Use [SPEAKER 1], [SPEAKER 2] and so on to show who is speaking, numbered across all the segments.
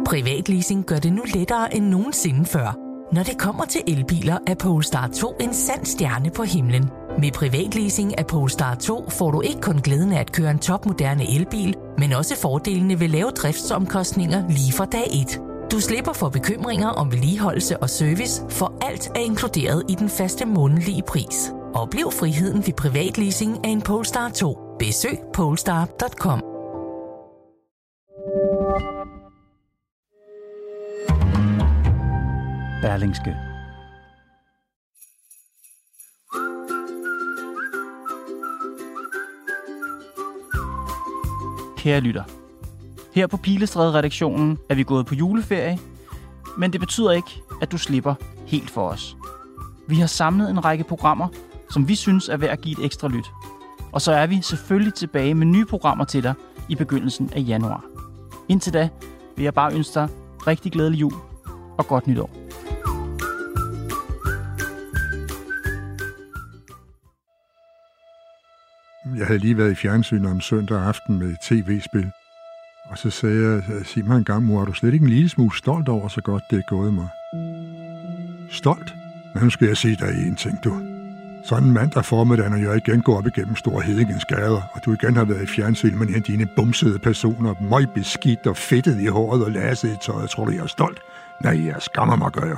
[SPEAKER 1] Privatleasing gør det nu lettere end nogensinde før. Når det kommer til elbiler, er Polestar 2 en sand stjerne på himlen. Med privatleasing af Polestar 2 får du ikke kun glæden af at køre en topmoderne elbil, men også fordelene ved lave driftsomkostninger lige fra dag 1. Du slipper for bekymringer om vedligeholdelse og service, for alt er inkluderet i den faste månedlige pris. Oplev friheden ved privatleasing af en Polestar 2. Besøg polestar.com.
[SPEAKER 2] Berlingske. Kære lytter, her på Pilestræde-redaktionen er vi gået på juleferie, men det betyder ikke, at du slipper helt for os. Vi har samlet en række programmer, som vi synes er værd at give et ekstra lyt. Og så er vi selvfølgelig tilbage med nye programmer til dig i begyndelsen af januar. Indtil da vil jeg bare ønske dig rigtig glædelig jul og godt nytår.
[SPEAKER 3] Jeg havde lige været i fjernsynet om søndag aften med et tv-spil. Og så sagde jeg, sig mig en gang, mor, er du slet ikke en lille smule stolt over, så godt det er gået mig? Stolt? Men nu skal jeg sige dig en ting, du. Sådan en mand, der formiddag, når jeg igen går op igennem Store Hedingens gader, og du igen har været i fjernsyn med en af dine bumsede personer, møgbeskidt og fedtet i håret og lasset i tøjet, tror du, jeg er stolt? Nej, jeg skammer mig, gør jeg.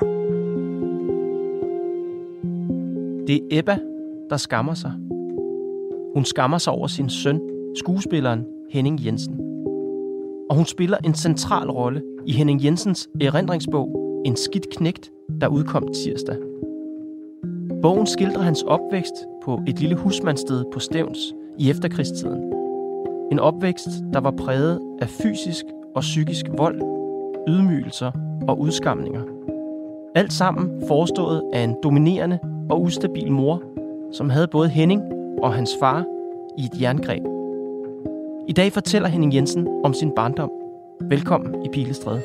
[SPEAKER 2] Det er Ebba, der skammer sig. Hun skammer sig over sin søn, skuespilleren Henning Jensen. Og hun spiller en central rolle i Henning Jensens erindringsbog En skidt knægt, der udkom tirsdag. Bogen skildrer hans opvækst på et lille husmandssted på Stevns i efterkrigstiden. En opvækst, der var præget af fysisk og psykisk vold, ydmygelser og udskamninger. Alt sammen forestået af en dominerende og ustabil mor, som havde både Henning og hans far i et jerngreb. I dag fortæller Henning Jensen om sin barndom. Velkommen i Pilestræde.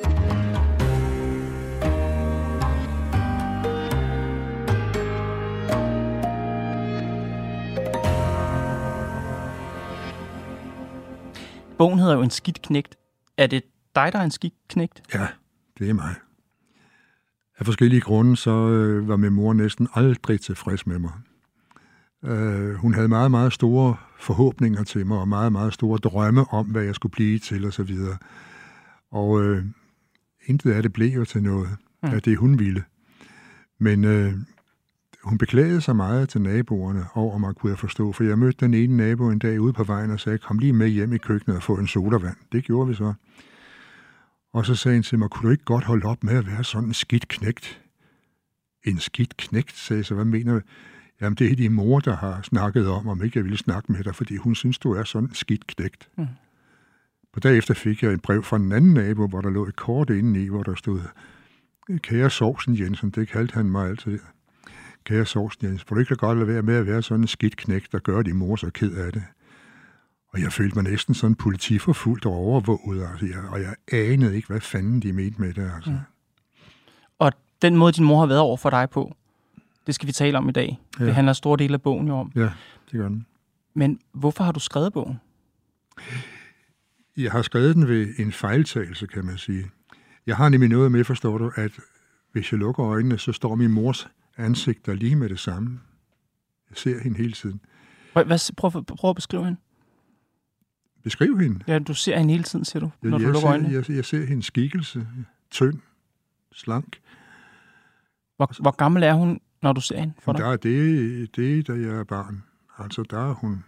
[SPEAKER 2] Bogen hedder jo En skidt knægt. Er det dig, der er en skidt knægt?
[SPEAKER 3] Ja, det er mig. Af forskellige grunde, så var min mor næsten aldrig tilfreds med mig. Hun havde meget, meget store forhåbninger til mig, og meget, meget store drømme om, hvad jeg skulle blive til, og så videre. Og intet af det blev jo til noget af det, hun ville. Men hun beklagede sig meget til naboerne over mig, kunne jeg forstå, for jeg mødte den ene nabo en dag ude på vejen og sagde, kom lige med hjem i køkkenet og få en sodavand. Det gjorde vi så. Og så sagde han til mig, kunne du ikke godt holde op med at være sådan en skidt knægt? En skidt knægt, sagde jeg så. Hvad mener du? Jamen, det er din mor, der har snakket om ikke jeg ville snakke med dig, fordi hun synes, du er sådan en skidt knægt. På derefter fik jeg et brev fra en anden nabo, hvor der lå et kort indeni, hvor der stod, kære Sovsen Jensen, det kaldte han mig altid. Kære Sovsen Jensen, får du ikke godt lade være med at være sådan en skidt knægt, der gør din mor så ked af det? Og jeg følte mig næsten sådan politiforfulgt og overvåget, altså, og jeg anede ikke, hvad fanden de mente med det. Altså.
[SPEAKER 2] Og den måde, din mor har været over for dig på, det skal vi tale om i dag.
[SPEAKER 3] Ja.
[SPEAKER 2] Det handler stor del af bogen jo om.
[SPEAKER 3] Ja, det gør den.
[SPEAKER 2] Men hvorfor har du skrevet bogen?
[SPEAKER 3] Jeg har skrevet den ved en fejltagelse, kan man sige. Jeg har nemlig noget med, forstår du, at hvis jeg lukker øjnene, så står min mors ansigt der lige med det samme. Jeg ser hende hele tiden.
[SPEAKER 2] Prøv at beskrive hende.
[SPEAKER 3] Beskriv hende?
[SPEAKER 2] Ja, du ser hende hele tiden, siger du, når du lukker øjnene.
[SPEAKER 3] Jeg ser hendes skikkelse. Tynd, slank.
[SPEAKER 2] Hvor gammel er hun, når du ser hende for dig?
[SPEAKER 3] Det er, da jeg er barn. Altså, der er hun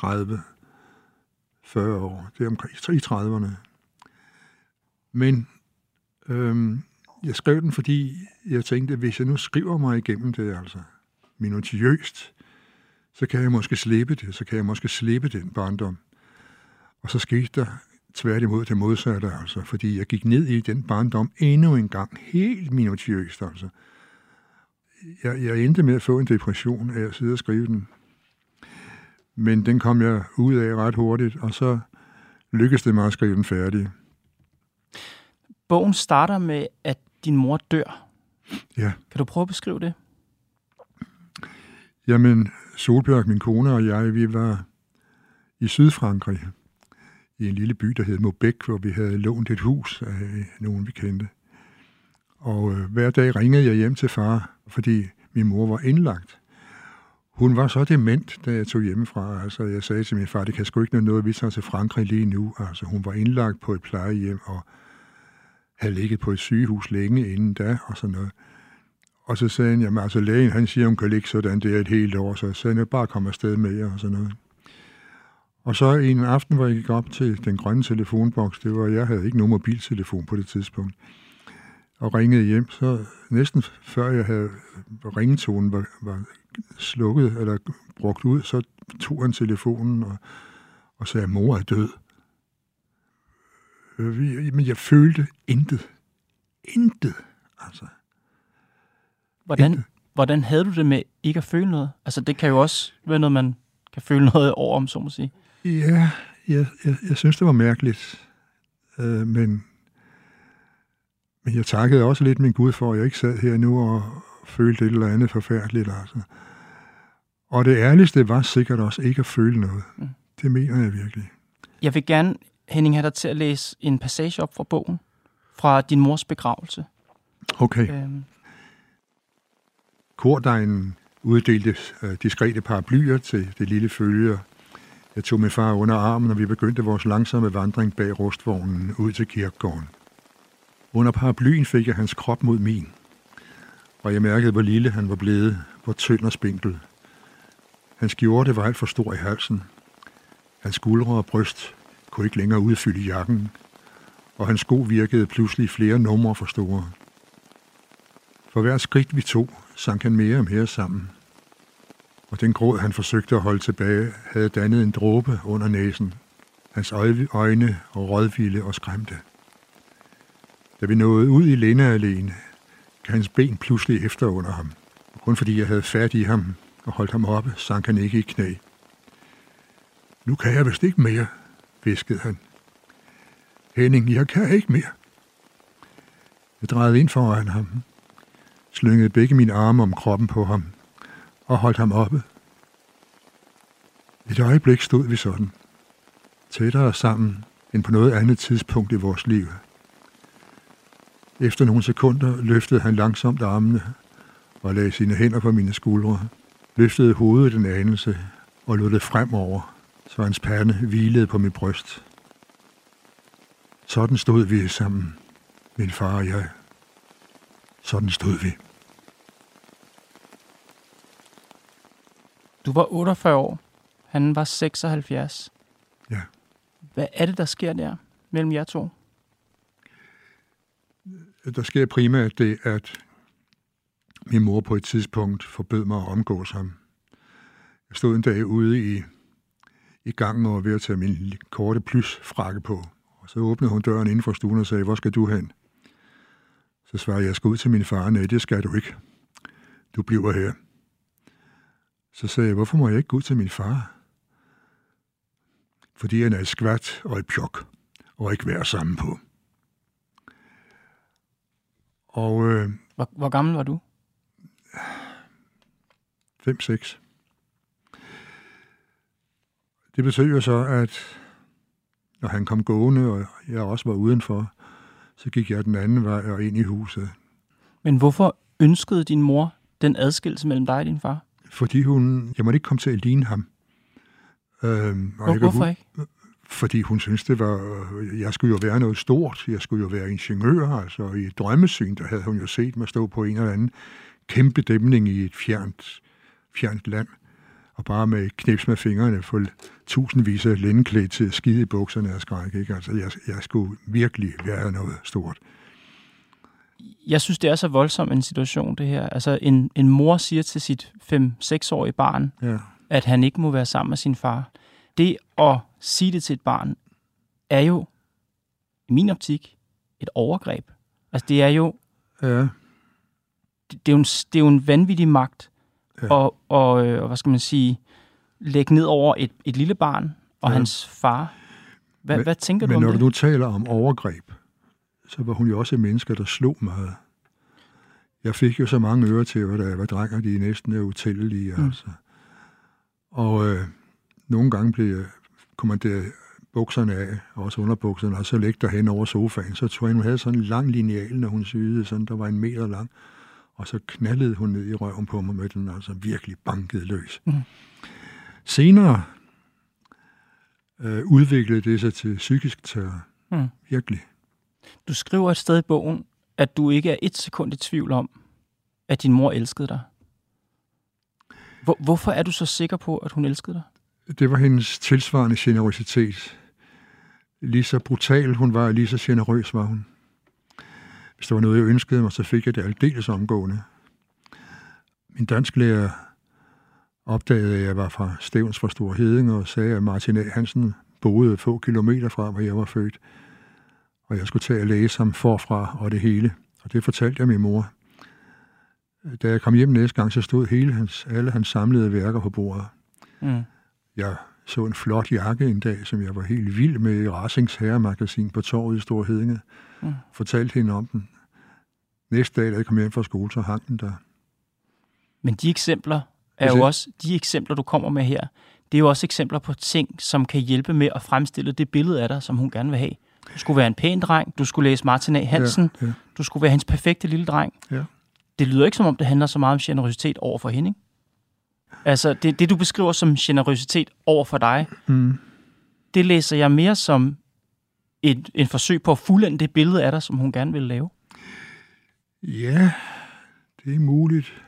[SPEAKER 3] 30-40 år. Det er omkring i 30'erne. Men jeg skrev den, fordi jeg tænkte, at hvis jeg nu skriver mig igennem det, altså minutiøst, så kan jeg måske slippe det. Så kan jeg måske slippe den barndom. Og så skete der tværtimod det modsatte, altså, fordi jeg gik ned i den barndom endnu en gang, helt minutiøst, altså. Jeg endte med at få en depression af at sidde og skrive den. Men den kom jeg ud af ret hurtigt, og så lykkedes det mig at skrive den færdig.
[SPEAKER 2] Bogen starter med, at din mor dør.
[SPEAKER 3] Ja.
[SPEAKER 2] Kan du prøve at beskrive det?
[SPEAKER 3] Jamen, Solbjørg, min kone og jeg, vi var i Sydfrankrig i en lille by, der hed Mobæk, hvor vi havde lånt et hus af nogen, vi kendte. Og hver dag ringede jeg hjem til far, fordi min mor var indlagt. Hun var så dement, da jeg tog hjemmefra. Altså, jeg sagde til min far, det kan sgu ikke noget, vi tager til Frankrig lige nu. Altså, hun var indlagt på et plejehjem og havde ligget på et sygehus længe inden da, og sådan noget. Og så sagde han, jamen altså lægen, han siger, hun kan ligge sådan, det er et helt år, så sagde han, bare kom afsted med jer, og sådan noget. Og så en aften, hvor jeg gik op til den grønne telefonboks, det var, jeg havde ikke nogen mobiltelefon på det tidspunkt, og ringede hjem, så næsten før jeg havde ringetonen var slukket eller brugt ud, så tog han telefonen og sagde, mor er død. Men jeg følte intet. Intet, altså.
[SPEAKER 2] Hvordan havde du det med ikke at føle noget? Altså, det kan jo også være noget, man kan føle noget over, om så må sige.
[SPEAKER 3] Ja, jeg synes, det var mærkeligt. Men jeg takkede også lidt min Gud for, at jeg ikke sad her nu og følte et eller andet forfærdeligt. Altså. Og det ærligste var sikkert også ikke at føle noget. Mm. Det mener jeg virkelig. Jeg
[SPEAKER 2] vil gerne, Henning, have dig til at læse en passage op fra bogen, fra din mors begravelse.
[SPEAKER 3] Okay. Kordegnen uddelte diskrete paraplyer til det lille følge. Jeg tog min far under armen, og vi begyndte vores langsomme vandring bag rustvognen ud til kirkegården. Under paraplyen fik jeg hans krop mod min, og jeg mærkede, hvor lille han var blevet, hvor tynd og spinkel. Hans skjorte var alt for stor i halsen. Hans skuldre og bryst kunne ikke længere udfylde jakken, og hans sko virkede pludselig flere numre for store. For hver skridt vi tog, sank han mere og mere sammen. Og den gråd, han forsøgte at holde tilbage, havde dannet en dråbe under næsen. Hans øjne og rådvilde og skræmte. Da vi nåede ud i Lindealléen, kan hans ben pludselig efter under ham. Og kun fordi jeg havde fat i ham og holdt ham oppe, sank han ikke i knæ. Nu kan jeg vist ikke mere, hviskede han. Henning, jeg kan ikke mere. Jeg drejede ind foran ham, slyngede begge mine arme om kroppen på ham og holdt ham oppe. Et øjeblik stod vi sådan, tættere sammen end på noget andet tidspunkt i vores liv. Efter nogle sekunder løftede han langsomt armene og lagde sine hænder på mine skuldre, løftede hovedet en anelse og lod det fremover, så hans pande hvilede på mit bryst. Sådan stod vi sammen, min far og jeg. Sådan stod vi.
[SPEAKER 2] Du var 48 år. Han var 76.
[SPEAKER 3] Ja.
[SPEAKER 2] Hvad er det, der sker der mellem jer to?
[SPEAKER 3] Der sker primært det, at min mor på et tidspunkt forbød mig at omgås ham. Jeg stod en dag ude i gangen og var ved at tage min korte plysfrakke på. Og så åbnede hun døren inden for stuen og sagde, hvor skal du hen? Så svarede jeg skal ud til min far. Nej, det skal du ikke. Du bliver her. Så sagde jeg, hvorfor må jeg ikke gå ud til min far? Fordi han er et skvat og et pjok, og ikke være sammen på. Og
[SPEAKER 2] Hvor gammel var du?
[SPEAKER 3] 5-6. Det betød jo så, at når han kom gående, og jeg også var udenfor, så gik jeg den anden vej og ind i huset.
[SPEAKER 2] Men hvorfor ønskede din mor den adskillelse mellem dig og din far?
[SPEAKER 3] Fordi jeg måtte ikke komme til at ligne ham.
[SPEAKER 2] Hvorfor ikke?
[SPEAKER 3] Fordi hun syntes, jeg skulle jo være noget stort. Jeg skulle jo være ingeniør, altså i et drømmesyn, der havde hun jo set mig stå på en eller anden kæmpe dæmning i et fjernt land, og bare med et knips med fingrene få tusindvis af lændeklæd til at skide i bukserne og skræk, ikke? Altså, jeg skulle virkelig være noget stort.
[SPEAKER 2] Jeg synes, det er så voldsom en situation, det her. Altså, en mor siger til sit 5-6-årige barn, at han ikke må være sammen med sin far. Det at sige det til et barn, er jo, i min optik, et overgreb. Altså, det er jo...
[SPEAKER 3] Ja.
[SPEAKER 2] Det er jo en vanvittig magt, og hvad skal man sige, lægge ned over et lille barn og hans far. Hvad tænker du om det?
[SPEAKER 3] Men når du nu taler om overgreb, så var hun jo også et menneske, der slog meget. Jeg fik jo så mange øretæver, da jeg var dreng, og de næsten er utællelige. Altså. Og nogle gange blev jeg kommanderet bukserne af, også underbukserne, og så lægge derhen over sofaen. Så tror jeg, hun havde sådan en lang lineal, når hun syede, sådan der var 1 meter lang. Og så knaldede hun ned i røven på mig med den, altså virkelig bankede løs. Mm. Senere udviklede det sig til psykisk terror. Mm. Virkelig.
[SPEAKER 2] Du skriver et sted i bogen, at du ikke er 1 sekund i tvivl om, at din mor elskede dig. Hvorfor er du så sikker på, at hun elskede dig?
[SPEAKER 3] Det var hendes tilsvarende generøsitet. Lige så brutal hun var, lige så generøs var hun. Hvis der var noget, jeg ønskede mig, så fik jeg det aldeles omgående. Min dansklærer opdagede, at jeg var fra Stevns fra Store Heddinge, og sagde, at Martin A. Hansen boede få kilometer fra, hvor jeg var født. Og jeg skulle tage og læse ham forfra og det hele. Og det fortalte jeg min mor. Da jeg kom hjem næste gang, så stod alle hans samlede værker på bordet. Mm. Jeg så en flot jakke en dag, som jeg var helt vild med i Racings Herremagasin på torvet i Store Heddinge. Mm. Fortalte hende om den. Næste dag, da jeg kom hjem fra skole, så hang den der.
[SPEAKER 2] Men de eksempler er jo også, de eksempler, du kommer med her, det er jo også eksempler på ting, som kan hjælpe med at fremstille det billede af dig, som hun gerne vil have. Du skulle være en pæn dreng, du skulle læse Martin A. Hansen, ja. Du skulle være hendes perfekte lille dreng. Ja. Det lyder ikke, som om det handler så meget om generøsitet over for hende, ikke? Altså, det du beskriver som generøsitet over for dig, det læser jeg mere som en forsøg på at fuldende det billede af dig, som hun gerne vil lave.
[SPEAKER 3] Ja, det er muligt.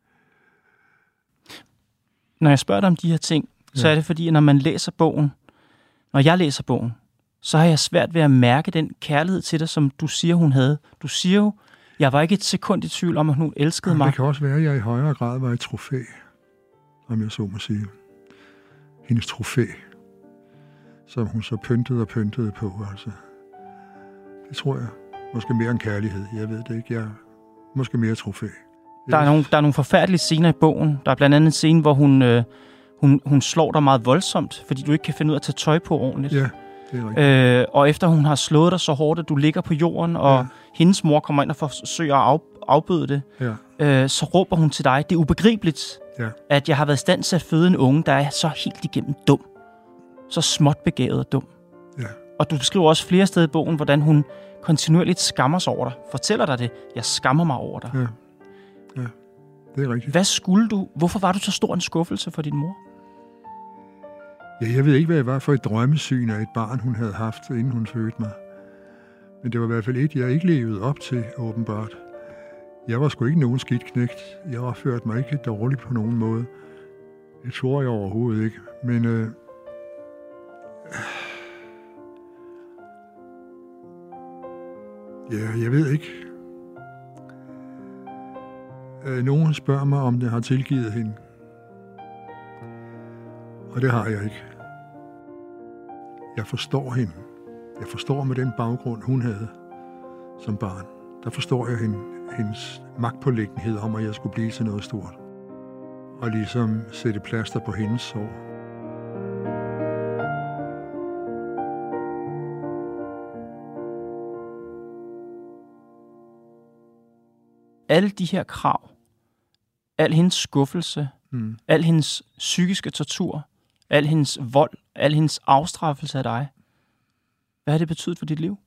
[SPEAKER 2] Når jeg spørger dig om de her ting, så er det fordi, når jeg læser bogen, så har jeg svært ved at mærke den kærlighed til dig, som du siger, hun havde. Du siger jo, jeg var ikke 1 sekund i tvivl om, at hun elskede mig.
[SPEAKER 3] Det kan også være, at jeg i højere grad var et trofæ, om jeg så må sige. Hendes trofæ, som hun så pyntede på, altså. Det tror jeg. Måske mere en kærlighed. Jeg ved det ikke. Jeg måske mere trofæ.
[SPEAKER 2] Der er nogle forfærdelige scener i bogen. Der er blandt andet en scene, hvor hun slår dig meget voldsomt, fordi du ikke kan finde ud af at tage tøj på ordentligt.
[SPEAKER 3] Ja, det er rigtigt.
[SPEAKER 2] Og efter hun har slået dig så hårdt, at du ligger på jorden, og hendes mor kommer ind og forsøger at afbøde det, så råber hun til dig, det er ubegribeligt, at jeg har været i stand til at føde en unge, der er så helt igennem dum. Så småt begavet og dum. Ja. Og du beskriver også flere steder i bogen, hvordan hun kontinuerligt skammer sig over dig. Fortæller dig det, jeg skammer mig over dig.
[SPEAKER 3] Ja, det er rigtigt.
[SPEAKER 2] Hvorfor var du så stor en skuffelse for din mor?
[SPEAKER 3] Ja, jeg ved ikke, hvad jeg var for et drømmesyn af et barn, hun havde haft, inden hun fødte mig. Men det var i hvert fald et, jeg ikke levede op til, åbenbart. Jeg var sgu ikke nogen skidt knægt. Jeg opførte mig ikke dårligt på nogen måde. Det tror jeg overhovedet ikke. Men jeg ved ikke. Nogen spørger mig, om jeg har tilgivet hende. Og det har jeg ikke. Jeg forstår hende. Jeg forstår med den baggrund, hun havde som barn. Der forstår jeg hendes magtpålæggenhed om, at jeg skulle blive til noget stort. Og ligesom sætte plaster på hendes sår.
[SPEAKER 2] Alle de her krav, al hendes skuffelse, al hendes psykiske tortur, al hendes vold, al hendes afstraffelse af dig, hvad har det betydet for dit liv?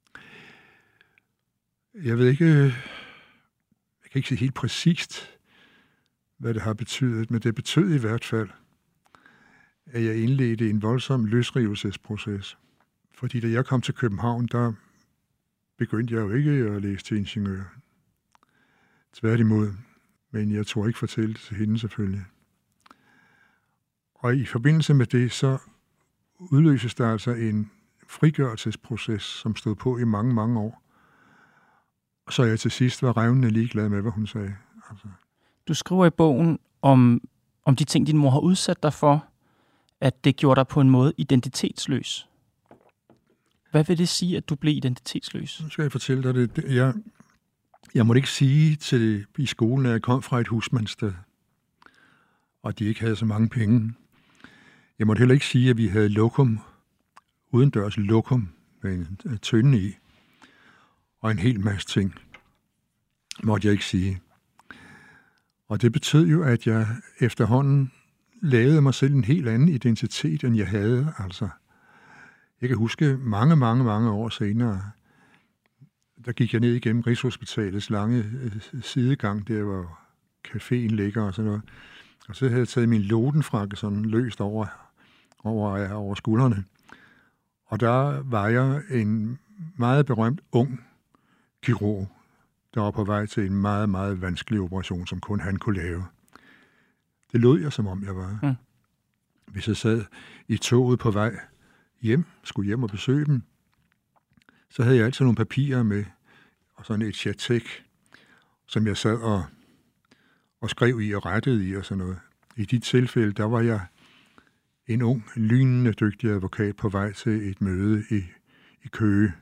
[SPEAKER 3] Jeg ved ikke, jeg kan ikke sige helt præcist, hvad det har betydet, men det betød i hvert fald, at jeg indledte en voldsom løsrivelsesproces. Fordi da jeg kom til København, der begyndte jeg jo ikke at læse til ingeniør. Tværtimod, men jeg tror ikke fortælle det til hende selvfølgelig. Og i forbindelse med det, så udløses der altså en frigørelsesproces, som stod på i mange, mange år. Så jeg til sidst var revnende ligeglad med, hvad hun sagde. Altså.
[SPEAKER 2] Du skriver i bogen om de ting, din mor har udsat dig for, at det gjorde dig på en måde identitetsløs. Hvad vil det sige, at du blev identitetsløs?
[SPEAKER 3] Nu skal jeg fortælle dig det. Jeg måtte ikke sige i skolen, at jeg kom fra et husmandssted, og de ikke havde så mange penge. Jeg måtte heller ikke sige, at vi havde lokum, udendørs lokum, med en tønde i, og en hel masse ting. Måtte jeg ikke sige. Og det betød jo, at jeg efterhånden lavede mig selv en helt anden identitet, end jeg havde. Altså, Jeg kan huske mange år senere, der gik jeg ned igennem Rigshospitalets lange sidegang, der hvor caféen ligger og sådan noget. Og så havde jeg taget min lodenfrakke sådan løst over skuldrene. Og der var jeg en meget berømt ung kirurg, der var på vej til en meget, meget vanskelig operation, som kun han kunne lave. Det lød jeg, som om jeg var. Mm. Hvis jeg sad i toget på vej skulle hjem og besøge dem, så havde jeg altid nogle papirer med, og sådan et chatek, som jeg sad og skrev i og rettede i og sådan noget. I de tilfælde, der var jeg en ung, lynende dygtig advokat på vej til et møde i Køge.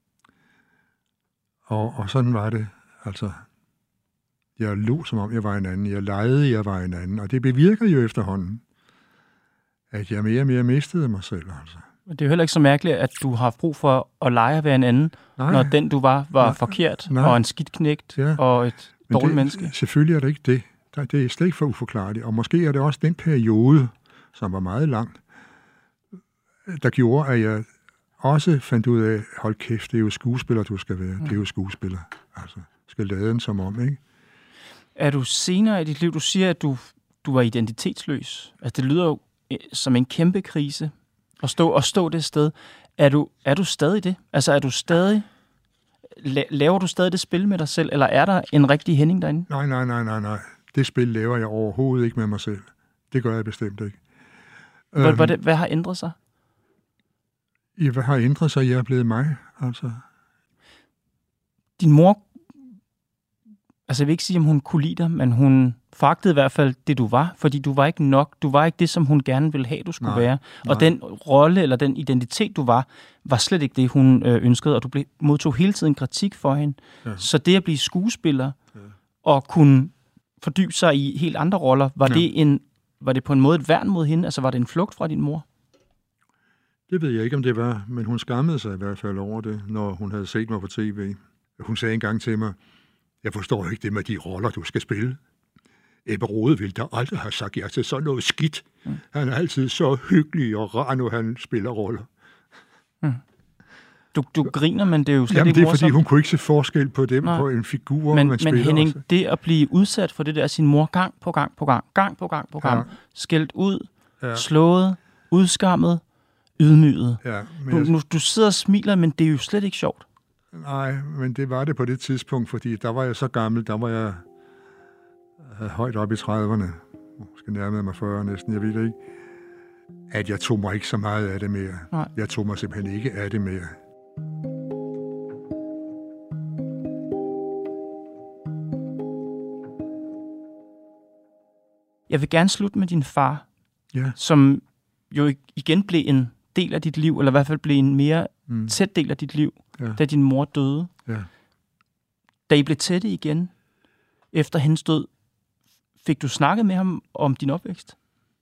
[SPEAKER 3] Og sådan var det. Altså, jeg lå, som om jeg var en anden. Jeg legede, jeg var en anden. Og det bevirkede jo efterhånden, at jeg mere og mere mistede mig selv. Altså.
[SPEAKER 4] Det er jo heller ikke så mærkeligt, at du har brug for at lege at være en anden, når den du var forkert, og en skidt knægt, og et dårligt menneske.
[SPEAKER 3] Selvfølgelig er det ikke det. Det er slet ikke for uforklarligt. Og måske er det også den periode, som var meget lang, der gjorde, at jeg også fandt ud af, hold kæft, det er jo skuespiller, du skal være. Det er jo skuespiller. Altså, skal lade den som om, ikke?
[SPEAKER 4] Er du senere i dit liv, du siger, at du var identitetsløs. Altså, det lyder jo som en kæmpe krise at stå det sted. Er du stadig det? Altså, er du stadig... Laver du stadig det spil med dig selv, eller er der en rigtig Henning derinde?
[SPEAKER 3] Nej. Det spil laver jeg overhovedet ikke med mig selv. Det gør jeg bestemt ikke.
[SPEAKER 4] Hvad har ændret sig?
[SPEAKER 3] Ja, hvad har ændret sig? Jeg er blevet mig, altså.
[SPEAKER 4] Din mor, altså jeg vil ikke sige, om hun kunne lide dig, men hun foragtede i hvert fald det, du var, fordi du var ikke nok. Du var ikke det, som hun gerne ville have, du skulle være. Og den rolle, eller den identitet, du var slet ikke det, hun ønskede, og du modtog hele tiden kritik for hende. Ja. Så det at blive skuespiller, og kunne fordybe sig i helt andre roller, var det på en måde et værn mod hende? Altså var det en flugt fra din mor?
[SPEAKER 3] Det ved jeg ikke, om det var, men hun skammede sig i hvert fald over det, når hun havde set mig på tv. Hun sagde engang til mig, jeg forstår ikke det med de roller, du skal spille. Ebbe Rode ville der aldrig have sagt ja til sådan noget skidt. Han er altid så hyggelig og rar, når han spiller roller.
[SPEAKER 4] Du griner, men det er jo slet ikke
[SPEAKER 3] morsomt. Det er, fordi hun kunne ikke se forskel på dem, på en figur, man spiller.
[SPEAKER 4] Men Henning, også. Det at blive udsat for det der, sin mor gang på gang, skældt ud, slået, udskammet, ydmyget. Ja, du sidder og smiler, men det er jo slet ikke sjovt.
[SPEAKER 3] Nej, men det var det på det tidspunkt, fordi der var jeg så gammel, der var jeg højt op i 30'erne, måske nærmede mig 40 næsten, jeg ved det ikke, at jeg tog mig ikke så meget af det mere. Nej. Jeg tog mig simpelthen ikke af det mere.
[SPEAKER 4] Jeg vil gerne slutte med din far, som jo igen blev en del af dit liv, eller i hvert fald blev en mere tæt del af dit liv, da din mor døde. Ja. Da I blev tætte igen, efter hendes død, fik du snakket med ham om din opvækst?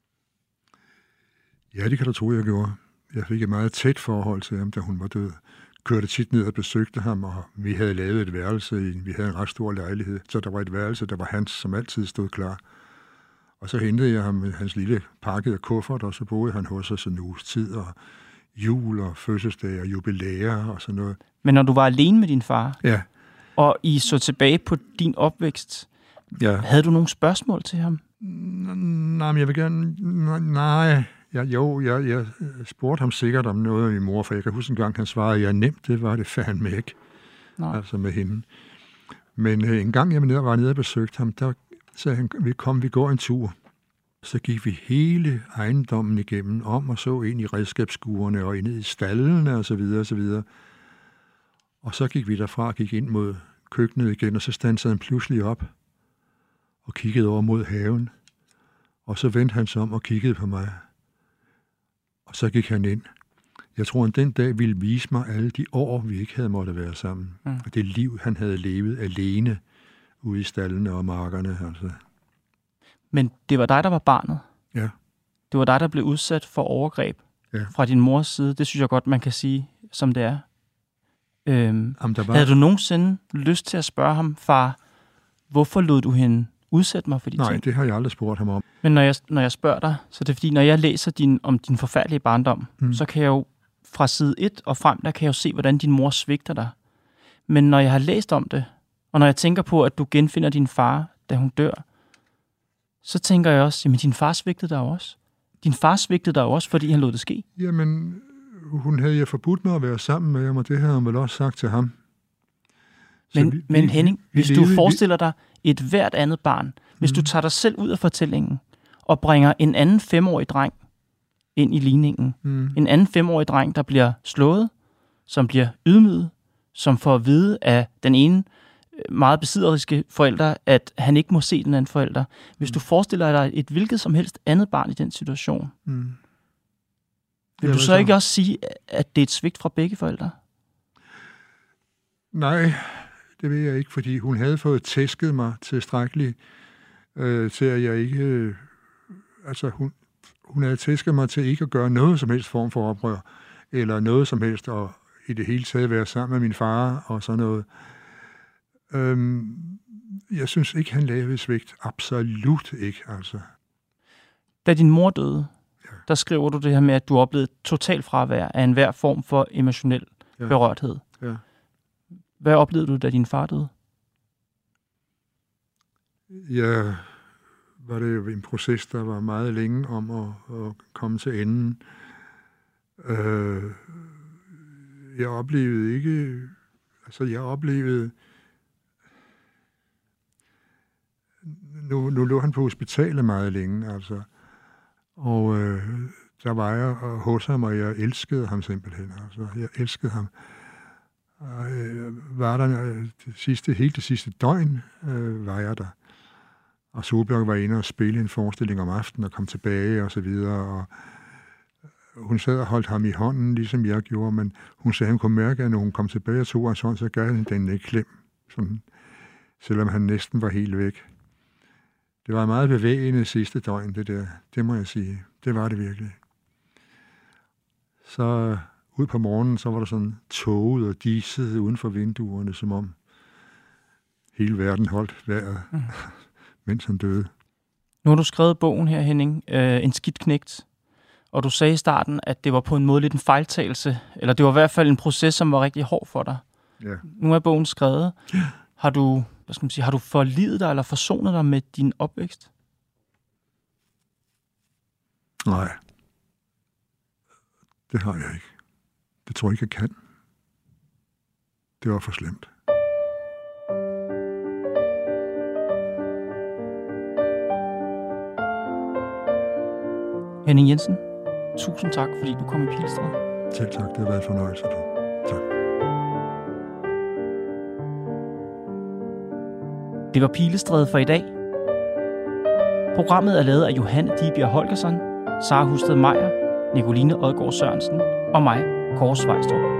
[SPEAKER 3] Ja, det kan du tro, jeg gjorde. Jeg fik et meget tæt forhold til ham, da hun var død. Kørte tit ned og besøgte ham, og vi havde lavet et værelse. Vi havde en ret stor lejlighed, så der var et værelse, der var hans, som altid stod klar. Og så hentede jeg ham med hans lille pakkede kuffert, og så boede han hos os en uges tid, og jul og fødselsdag og jubilæer og sådan noget.
[SPEAKER 4] Men når du var alene med din far, og I så tilbage på din opvækst, havde du nogle spørgsmål til ham?
[SPEAKER 3] Nej, men jeg vil gerne... Nej. Jeg spurgte ham sikkert om noget af min mor, for jeg kan huske en gang, han svarede, ja, nemt, det var det fandme ikke. Nej. Altså med hende. Men en gang jeg var nede og besøgte ham, der sagde han, vi går en tur. Så gik vi hele ejendommen igennem om og så ind i redskabsskurene og ind i stallene og så videre og så videre. Og så gik vi derfra og gik ind mod køkkenet igen, og så standsede han pludselig op og kiggede over mod haven. Og så vendte han sig om og kiggede på mig. Og så gik han ind. Jeg tror, at den dag ville vise mig alle de år, vi ikke havde måttet være sammen. Og det liv, han havde levet alene ude i stallene og markerne. Altså.
[SPEAKER 4] Men det var dig, der var barnet?
[SPEAKER 3] Ja.
[SPEAKER 4] Det var dig, der blev udsat for overgreb fra din mors side? Det synes jeg godt, man kan sige, som det er. Havde du nogensinde lyst til at spørge ham, far, hvorfor lod du hende udsætte mig for de ting?
[SPEAKER 3] Nej, det har jeg aldrig spurgt ham om.
[SPEAKER 4] Men når jeg spørger dig, så er det fordi, når jeg læser om din forfærdelige barndom, så kan jeg jo fra side 1 og frem, der kan jeg jo se, hvordan din mor svigter dig. Men når jeg har læst om det, og når jeg tænker på, at du genfinder din far, da hun dør, så tænker jeg også, jamen din far svigtede dig også. Din far svigtede dig også, fordi han lod det ske.
[SPEAKER 3] Jamen, hun havde jo forbudt mig at være sammen med ham, og det havde hun vel også sagt til ham.
[SPEAKER 4] Men Henning, hvis du forestiller dig et hvert andet barn, hvis du tager dig selv ud af fortællingen, og bringer en anden 5-årig dreng ind i ligningen, en anden 5-årig dreng, der bliver slået, som bliver ydmyget, som får at vide af den ene meget besidderiske forælder, at han ikke må se den anden forælder. Hvis du forestiller dig et hvilket som helst andet barn i den situation, vil du så ikke også sige, at det er et svigt fra begge forældre?
[SPEAKER 3] Nej, det vil jeg ikke, fordi hun havde fået tæsket mig tilstrækkeligt til, at jeg ikke... hun havde tæsket mig til ikke at gøre noget som helst form for oprør, eller noget som helst, og i det hele taget være sammen med min far og sådan noget. Jeg synes ikke, han lavede svigt. Absolut ikke, altså.
[SPEAKER 4] Da din mor døde, der skriver du det her med, at du oplevede total fravær af enhver form for emotionel berørthed.
[SPEAKER 3] Ja.
[SPEAKER 4] Hvad oplevede du, da din far døde?
[SPEAKER 3] Ja, var det jo en proces, der var meget længe om at komme til enden. Jeg oplevede ikke... Nu lå han på hospitalet meget længe, altså. Og der var jeg hos ham, og jeg elskede ham simpelthen. Altså, jeg elskede ham. Og var der hele det sidste døgn, var jeg der. Og Solbjørg var inde og spille en forestilling om aftenen og kom tilbage og så videre. Og hun sad og holdt ham i hånden, ligesom jeg gjorde, men hun sagde, at hun kunne mærke, at når hun kom tilbage og tog hans hånd, så gav han den ikke klem, sådan, selvom han næsten var helt væk. Det var meget bevægende sidste døgn, det der. Det må jeg sige. Det var det virkelig. Så ud på morgenen, så var der sådan tåget og diset uden for vinduerne, som om hele verden holdt vejret, mens han døde.
[SPEAKER 4] Nu har du skrevet bogen her, Henning, En skidt knægt. Og du sagde i starten, at det var på en måde lidt en fejltagelse, eller det var i hvert fald en proces, som var rigtig hård for dig.
[SPEAKER 3] Ja.
[SPEAKER 4] Nu er bogen skrevet. Har du forlidet dig eller forsonet dig med din opvækst?
[SPEAKER 3] Nej. Det har jeg ikke. Det tror jeg ikke, jeg kan. Det var for slemt.
[SPEAKER 4] Henning Jensen, tusind tak, fordi du kom i Pilestræde.
[SPEAKER 3] Selv tak, det har været en fornøjelse. Tak.
[SPEAKER 4] Det var Pilestræde for i dag. Programmet er lavet af Johanne Dibjerg Holgersen, Sara Husted Meier, Nicoline Odgaard Sørensen og mig, Kåre Svejstrup.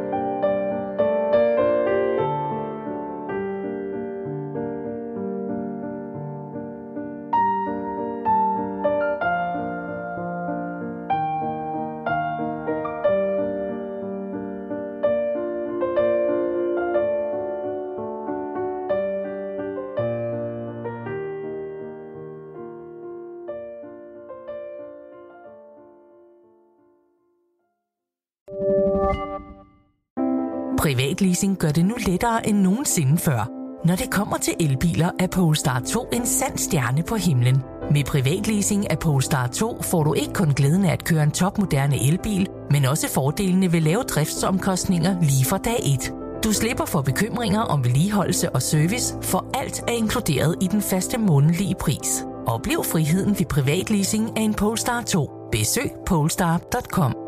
[SPEAKER 1] Privatleasing gør det nu lettere end nogensinde før. Når det kommer til elbiler, er Polestar 2 en sand stjerne på himlen. Med privatleasing af Polestar 2 får du ikke kun glæden af at køre en topmoderne elbil, men også fordelene ved lave driftsomkostninger lige fra dag 1. Du slipper for bekymringer om vedligeholdelse og service, for alt er inkluderet i den faste månedlige pris. Oplev friheden ved privatleasing af en Polestar 2. Besøg polestar.com.